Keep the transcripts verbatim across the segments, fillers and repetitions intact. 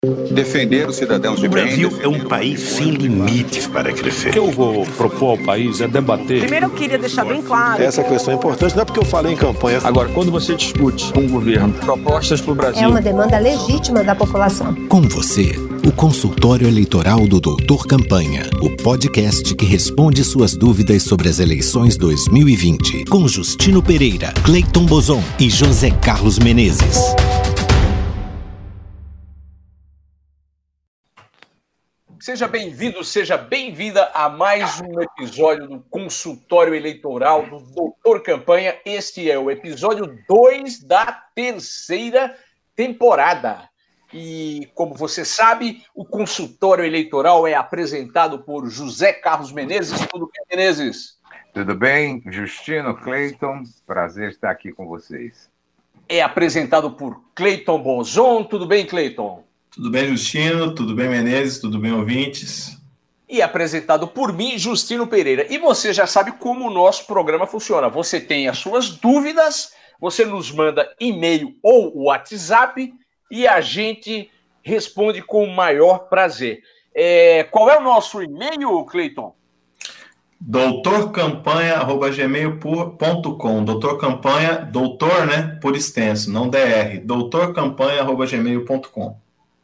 Defender os cidadãos de bem. O Brasil é um país sem limites para crescer. O que eu vou propor ao país é debater. Primeiro eu queria deixar bem claro. Essa questão é importante, não é porque eu falei em campanha. Agora, quando você discute com o governo propostas para o Brasil... É uma demanda legítima da população. Com você, o consultório eleitoral do doutor Campanha. O podcast que responde suas dúvidas sobre as eleições dois mil e vinte. Com Justino Pereira, Cleiton Bozon e José Carlos Menezes. Seja bem-vindo, seja bem-vinda a mais um episódio do consultório eleitoral do doutor Campanha. Este é o episódio dois da terceira temporada. E, como você sabe, o consultório eleitoral é apresentado por José Carlos Menezes. Tudo bem, Menezes? Tudo bem, Justino, Cleiton, prazer estar aqui com vocês. É apresentado por Cleiton Bozon. Tudo bem, Cleiton? Tudo bem, Justino? Tudo bem, Menezes? Tudo bem, ouvintes? E apresentado por mim, Justino Pereira. E você já sabe como o nosso programa funciona. Você tem as suas dúvidas, você nos manda e-mail ou WhatsApp e a gente responde com o maior prazer. É, qual é o nosso e-mail, Cleiton? doutor campanha arroba gmail ponto com. doutor Campanha, doutor, né? Por extenso, não D R. doutor campanha arroba gmail ponto com.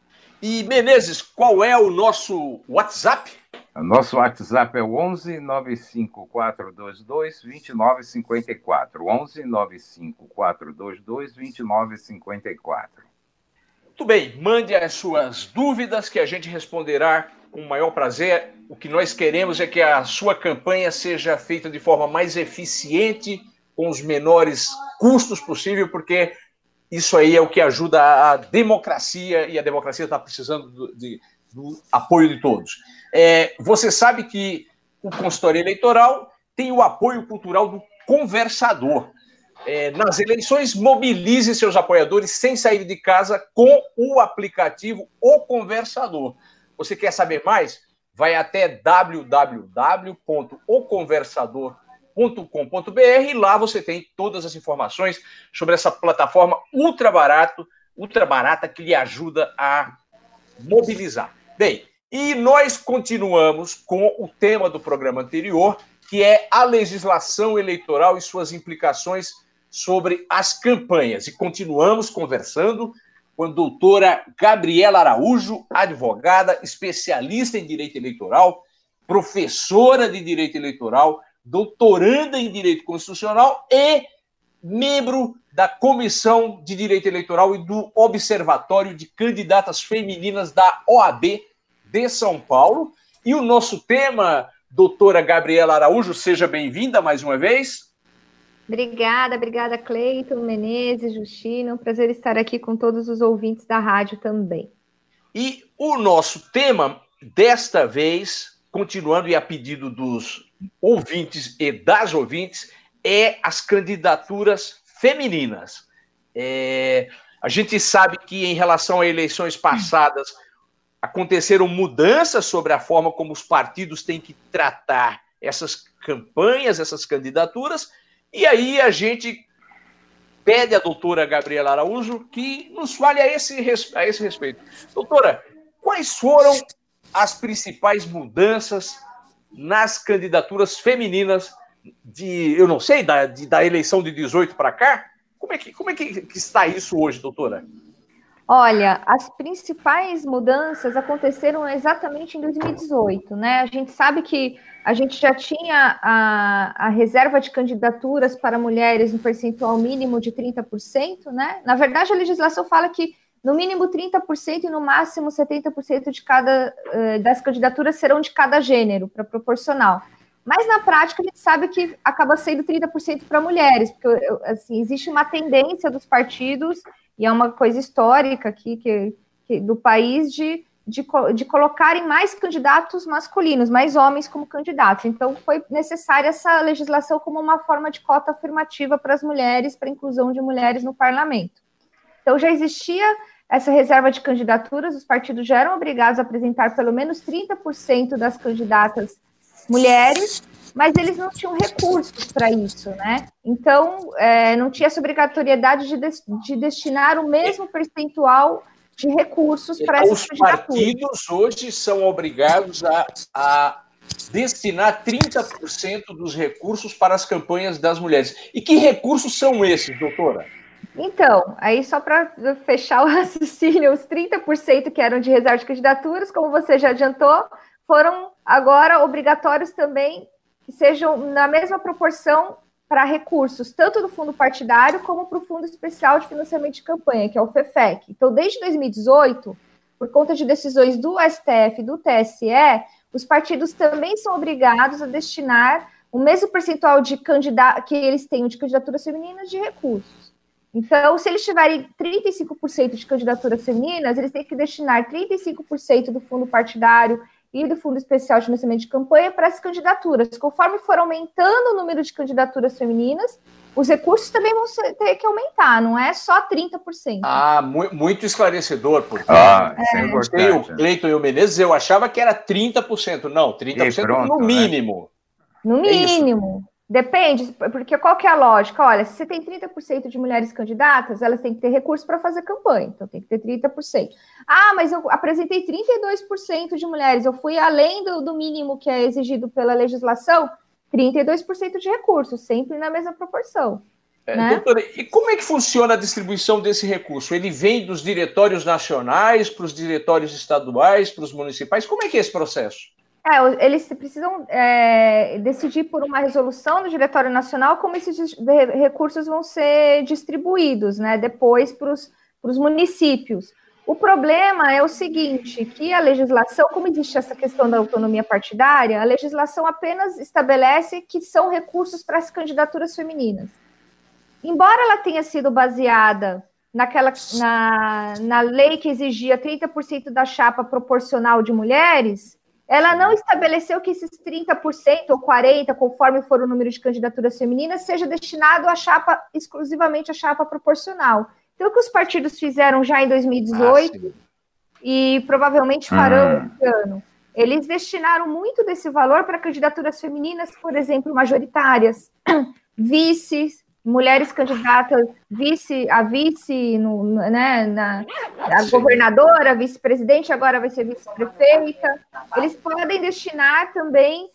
E, Menezes, qual é o nosso WhatsApp? O nosso WhatsApp é o onze nove cinco quatro dois dois dois nove cinco quatro. onze nove cinco quatro dois dois dois nove cinco quatro. Muito bem, mande as suas dúvidas que a gente responderá com o maior prazer. O que nós queremos é que a sua campanha seja feita de forma mais eficiente, com os menores custos possível, porque isso aí é o que ajuda a democracia, e a democracia está precisando do, de, do apoio de todos. É, você sabe que o consultório eleitoral tem o apoio cultural do Conversador. É, nas eleições, mobilize seus apoiadores sem sair de casa com o aplicativo O Conversador. Você quer saber mais? Vai até w w w ponto o conversador ponto com ponto b r e lá você tem todas as informações sobre essa plataforma ultra barato, ultra barata que lhe ajuda a mobilizar. Bem, e nós continuamos com o tema do programa anterior, que é a legislação eleitoral e suas implicações sobre as campanhas. E continuamos conversando com a doutora Gabriela Araújo, advogada, especialista em direito eleitoral, professora de direito eleitoral, doutoranda em Direito Constitucional e membro da Comissão de Direito Eleitoral e do Observatório de Candidatas Femininas da O A B de São Paulo. E o nosso tema, doutora Gabriela Araújo, seja bem-vinda mais uma vez. Obrigada, obrigada, Cleiton, Menezes, Justino. Um prazer estar aqui com todos os ouvintes da rádio também. E o nosso tema, desta vez, continuando e a pedido dos ouvintes e das ouvintes, é as candidaturas femininas. É, a gente sabe que em relação a eleições passadas aconteceram mudanças sobre a forma como os partidos têm que tratar essas campanhas, essas candidaturas, e aí a gente pede à doutora Gabriela Araújo que nos fale a esse, a esse respeito. Doutora, quais foram as principais mudanças nas candidaturas femininas de, eu não sei, da, de, da eleição de dezoito para cá? Como é, que, como é que, que está isso hoje, doutora? Olha, as principais mudanças aconteceram exatamente em dois mil e dezoito, né? A gente sabe que a gente já tinha a, a reserva de candidaturas para mulheres no percentual mínimo de trinta por cento, né? Na verdade, a legislação fala que no mínimo trinta por cento e no máximo setenta por cento de cada, das candidaturas serão de cada gênero, para proporcional. Mas, na prática, a gente sabe que acaba sendo trinta por cento para mulheres, porque assim, existe uma tendência dos partidos, e é uma coisa histórica aqui que, que, do país, de, de, de colocarem mais candidatos masculinos, mais homens como candidatos. Então, foi necessária essa legislação como uma forma de cota afirmativa para as mulheres, para a inclusão de mulheres no parlamento. Então, já existia essa reserva de candidaturas, os partidos já eram obrigados a apresentar pelo menos trinta por cento das candidatas mulheres, mas eles não tinham recursos para isso, né? Então, é, não tinha essa obrigatoriedade de, de, de destinar o mesmo percentual de recursos para então, essas os partidos hoje são obrigados a, a destinar trinta por cento dos recursos para as campanhas das mulheres. E que recursos são esses, doutora? Então, aí só para fechar o raciocínio, os trinta por cento que eram de reserva de candidaturas, como você já adiantou, foram agora obrigatórios também que sejam na mesma proporção para recursos, tanto do fundo partidário como para o Fundo Especial de Financiamento de Campanha, que é o FEFEC. Então, desde dois mil e dezoito, por conta de decisões do S T F e do T S E, os partidos também são obrigados a destinar o mesmo percentual de candidato que eles têm de candidaturas femininas de recursos. Então, se eles tiverem trinta e cinco por cento de candidaturas femininas, eles têm que destinar trinta e cinco por cento do fundo partidário e do Fundo Especial de Financiamento de Campanha para as candidaturas. Conforme for aumentando o número de candidaturas femininas, os recursos também vão ter que aumentar, não é só trinta por cento. Ah, mu muito esclarecedor, porque ah, isso é, é importante. O Cleiton e o Menezes, eu achava que era trinta por cento. Não, trinta por cento pronto, no mínimo. Né? No mínimo. É Depende, porque qual que é a lógica? Olha, se você tem trinta por cento de mulheres candidatas, elas têm que ter recurso para fazer campanha, então tem que ter trinta por cento. Ah, mas eu apresentei trinta e dois por cento de mulheres, eu fui além do, do mínimo que é exigido pela legislação, trinta e dois por cento de recursos, sempre na mesma proporção. É, né? Doutora, e como é que funciona a distribuição desse recurso? Ele vem dos diretórios nacionais para os diretórios estaduais, para os municipais? Como é que é esse processo? É, eles precisam é, decidir por uma resolução do Diretório Nacional como esses recursos vão ser distribuídos, né, depois para os municípios. O problema é o seguinte, que a legislação, como existe essa questão da autonomia partidária, a legislação apenas estabelece que são recursos para as candidaturas femininas. Embora ela tenha sido baseada naquela, na, na lei que exigia trinta por cento da chapa proporcional de mulheres, ela não estabeleceu que esses trinta por cento ou quarenta por cento, conforme for o número de candidaturas femininas, seja destinado à chapa, exclusivamente à chapa proporcional. Então, o que os partidos fizeram já em dois mil e dezoito ah, e provavelmente farão hum. esse ano, eles destinaram muito desse valor para candidaturas femininas, por exemplo, majoritárias, vices, mulheres candidatas vice, a vice, no, né, na, a governadora, vice-presidente, agora vai ser vice-prefeita. Eles podem destinar também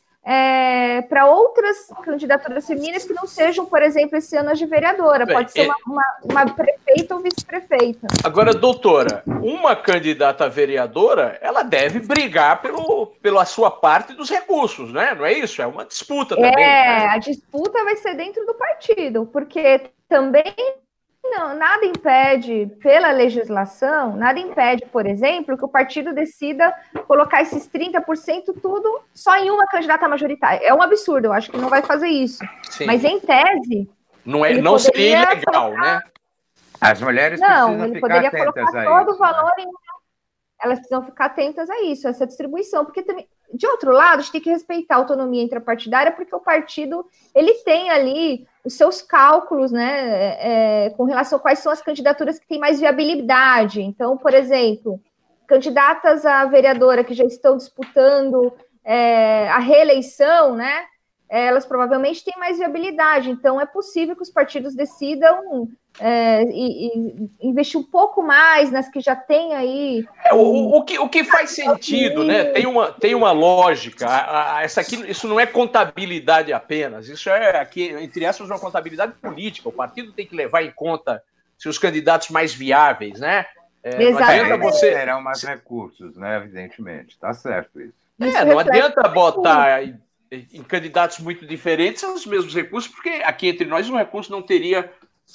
é, para outras candidaturas femininas que não sejam, por exemplo, esse ano as de vereadora. Pode ser uma, uma, uma prefeita ou vice-prefeita. Agora, doutora, uma candidata a vereadora, ela deve brigar pelo, pela sua parte dos recursos, né? Não é isso? É uma disputa também. É, né? A disputa vai ser dentro do partido, porque também não, nada impede, pela legislação, nada impede, por exemplo, que o partido decida colocar esses trinta por cento tudo só em uma candidata majoritária. É um absurdo, eu acho que não vai fazer isso. Sim. Mas, em tese... Não, é, não seria ilegal, colocar... né? As mulheres não, precisam ele ficar poderia atentas colocar a todo isso, o valor né? em... Elas precisam ficar atentas a isso, a essa distribuição, porque também, de outro lado, a gente tem que respeitar a autonomia intrapartidária, porque o partido, ele tem ali os seus cálculos, né, é, com relação a quais são as candidaturas que têm mais viabilidade. Então, por exemplo, candidatas a vereadora que já estão disputando é, a reeleição, né, elas provavelmente têm mais viabilidade, então é possível que os partidos decidam é, e, e investir um pouco mais nas que já têm aí... É, o, o, que, o que faz sentido, né? Tem uma, tem uma lógica, a, a, essa aqui, isso não é contabilidade apenas, isso é, aqui, entre aspas, uma contabilidade política, o partido tem que levar em conta se os candidatos mais viáveis, né? É, não adianta você... Terão mais recursos, né, evidentemente, tá certo isso. É, isso não adianta botar... em candidatos muito diferentes são os mesmos recursos, porque aqui entre nós um recurso não teria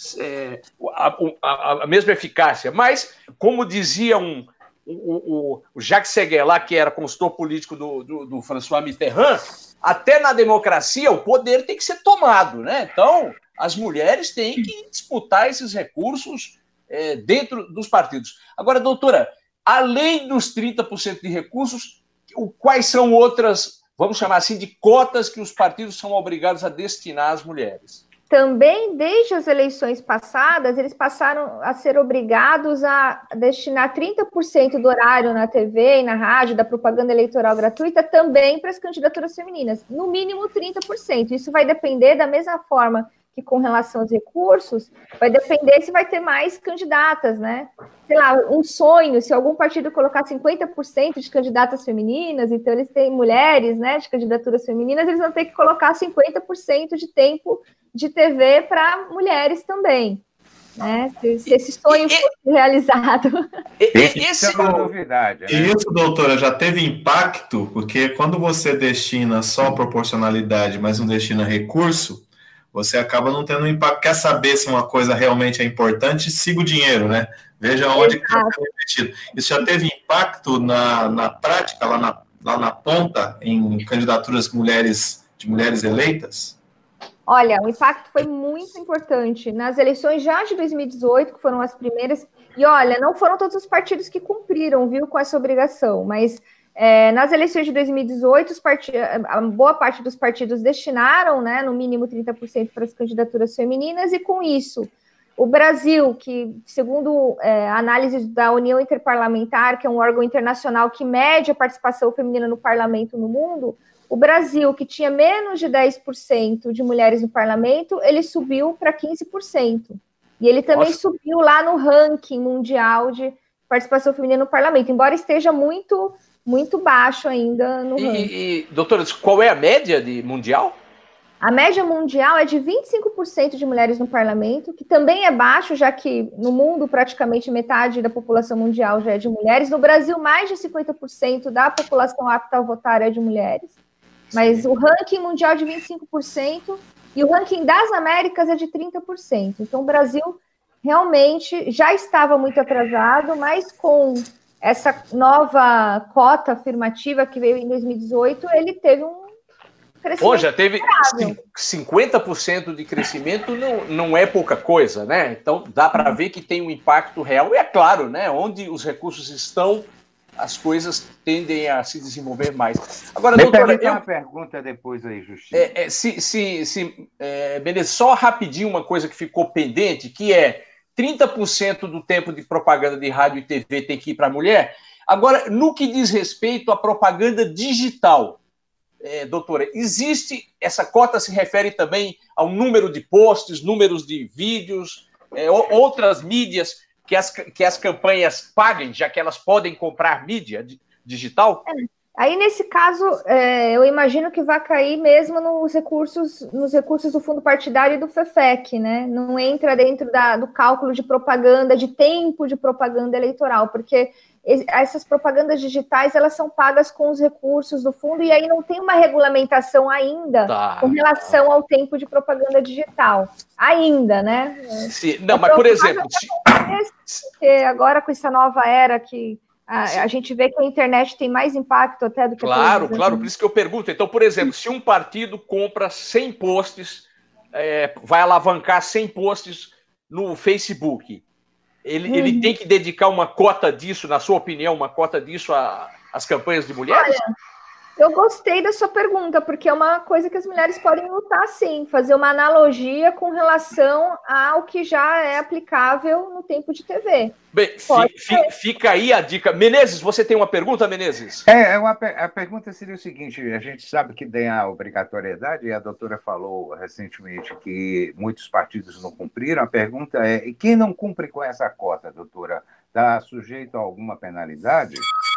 é, a, a, a mesma eficácia. Mas, como dizia um, o, o, o Jacques Seguela, que era consultor político do, do, do François Mitterrand, até na democracia o poder tem que ser tomado, né? Então, as mulheres têm que disputar esses recursos é, dentro dos partidos. Agora, doutora, além dos trinta por cento de recursos, quais são outras... vamos chamar assim, de cotas que os partidos são obrigados a destinar às mulheres? Também, desde as eleições passadas, eles passaram a ser obrigados a destinar trinta por cento do horário na T V e na rádio, da propaganda eleitoral gratuita, também para as candidaturas femininas. No mínimo trinta por cento. Isso vai depender da mesma forma que com relação aos recursos, vai depender se vai ter mais candidatas, né? Sei lá, um sonho, se algum partido colocar cinquenta por cento de candidatas femininas, então eles têm mulheres, né, de candidaturas femininas, eles vão ter que colocar cinquenta por cento de tempo de T V para mulheres também. Né? Se, se esse sonho fosse realizado. Isso é uma novidade. Né? E isso, doutora, já teve impacto, porque quando você destina só proporcionalidade, mas não destina recurso, você acaba não tendo impacto. Quer saber se uma coisa realmente é importante? Siga o dinheiro, né? Veja onde está sendo investido. Isso já teve impacto na, na prática, lá na, lá na ponta, em candidaturas mulheres, de mulheres eleitas? Olha, o impacto foi muito importante nas eleições já de dois mil e dezoito, que foram as primeiras, e olha, não foram todos os partidos que cumpriram, viu, com essa obrigação, mas é, nas eleições de dois mil e dezoito, os part... a boa parte dos partidos destinaram, né, no mínimo trinta por cento para as candidaturas femininas, e com isso, o Brasil, que segundo é, a análise da União Interparlamentar, que é um órgão internacional que mede a participação feminina no parlamento no mundo, o Brasil, que tinha menos de dez por cento de mulheres no parlamento, ele subiu para quinze por cento. E ele também Nossa. subiu lá no ranking mundial de participação feminina no parlamento, embora esteja muito, muito baixo ainda no e, ranking. E, doutora, qual é a média de mundial? A média mundial é de vinte e cinco por cento de mulheres no parlamento, que também é baixo, já que no mundo praticamente metade da população mundial já é de mulheres. No Brasil, mais de cinquenta por cento da população apta a votar é de mulheres. Mas o ranking mundial é de vinte e cinco por cento e o ranking das Américas é de trinta por cento. Então, o Brasil realmente já estava muito atrasado, mas com essa nova cota afirmativa que veio em dois mil e dezoito, ele teve um crescimento. Pô, já teve cinquenta por cento de crescimento, não, não é pouca coisa, né? Então, dá para ver que tem um impacto real. E é claro, né? Onde os recursos estão, as coisas tendem a se desenvolver mais. Agora, Me doutora, eu... eu... uma pergunta depois aí, Justino. É, é, se, se, se, é, Menezes, só rapidinho uma coisa que ficou pendente, que é trinta por cento do tempo de propaganda de rádio e T V tem que ir para a mulher. Agora, no que diz respeito à propaganda digital, é, doutora, existe, essa cota se refere também ao número de posts, números de vídeos, é, outras mídias que as, que as campanhas paguem, já que elas podem comprar mídia digital? É. Aí, nesse caso, é, eu imagino que vai cair mesmo nos recursos, nos recursos do fundo partidário e do FEFEC, né? Não entra dentro da, do cálculo de propaganda, de tempo de propaganda eleitoral, porque essas propagandas digitais, elas são pagas com os recursos do fundo e aí não tem uma regulamentação ainda tá. com relação ao tempo de propaganda digital. Ainda, né? Sim. Não, mas, por exemplo... Porque agora, com essa nova era que a, a gente vê que a internet tem mais impacto até do que a Claro, televisão. Claro, por isso que eu pergunto. Então, por exemplo, se um partido compra cem posts, é, vai alavancar cem posts no Facebook, ele, uhum. ele tem que dedicar uma cota disso, na sua opinião, uma cota disso às campanhas de mulheres? Olha, eu gostei da sua pergunta, porque é uma coisa que as mulheres podem lutar, sim, fazer uma analogia com relação ao que já é aplicável no tempo de T V. Bem, fica, fica aí a dica. Menezes, você tem uma pergunta, Menezes? É, uma, a pergunta seria o seguinte, a gente sabe que tem a obrigatoriedade, e a doutora falou recentemente que muitos partidos não cumpriram. A pergunta é, e quem não cumpre com essa cota, doutora, está sujeito a alguma penalidade?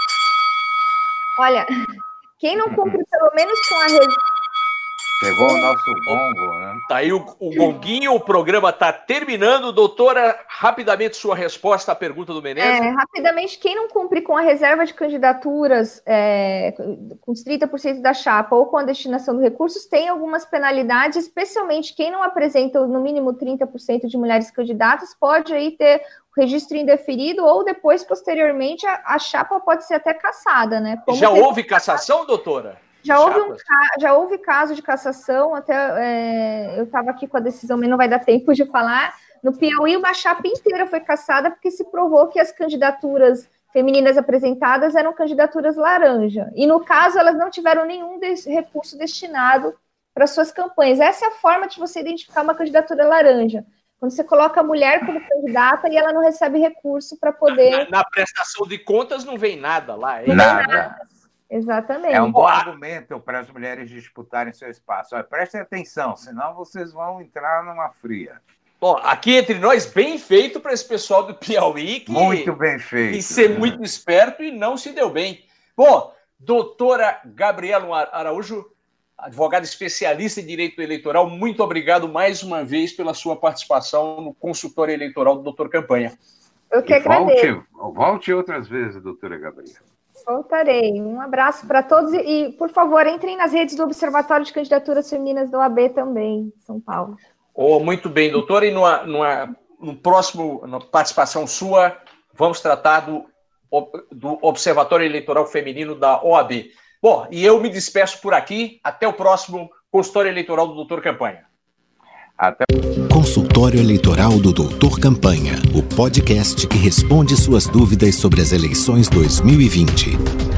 Olha... Quem não cumpre, pelo menos com a... Chegou o nosso gongo, né? Tá aí o, o gonguinho, o programa está terminando. Doutora, rapidamente sua resposta à pergunta do Menezes. É, rapidamente, quem não cumpre com a reserva de candidaturas, é, com os trinta por cento da chapa ou com a destinação de recursos, tem algumas penalidades, especialmente quem não apresenta no mínimo trinta por cento de mulheres candidatas, pode aí ter o registro indeferido ou depois, posteriormente, a, a chapa pode ser até cassada, né? Como Já houve cassação, doutora? Já houve, um, já houve caso de cassação, até é, eu estava aqui com a decisão, mas não vai dar tempo de falar. No Piauí, uma chapa inteira foi cassada porque se provou que as candidaturas femininas apresentadas eram candidaturas laranja. E, no caso, elas não tiveram nenhum de, recurso destinado para suas campanhas. Essa é a forma de você identificar uma candidatura laranja. Quando você coloca a mulher como candidata e ela não recebe recurso para poder... Na, na prestação de contas não vem nada lá. É nada. Exatamente. É um bom argumento para as mulheres disputarem seu espaço. Olha, prestem atenção, senão vocês vão entrar numa fria. Bom, aqui entre nós, bem feito para esse pessoal do Piauí. Que, muito bem feito. E ser muito esperto e não se deu bem. Bom, doutora Gabriela Araújo, advogada especialista em direito eleitoral, muito obrigado mais uma vez pela sua participação no consultório eleitoral do doutor Campanha. Eu que agradeço. Volte, volte outras vezes, doutora Gabriela. Voltarei. Um abraço para todos e, por favor, entrem nas redes do Observatório de Candidaturas Femininas da O A B também, São Paulo. Oh, muito bem, doutora. E numa, numa, no próximo, na participação sua, vamos tratar do, do Observatório Eleitoral Feminino da O A B. Bom, e eu me despeço por aqui. Até o próximo consultório eleitoral do doutor Campanha. Até. Consultório Eleitoral do doutor Campanha, o podcast que responde suas dúvidas sobre as eleições dois mil e vinte.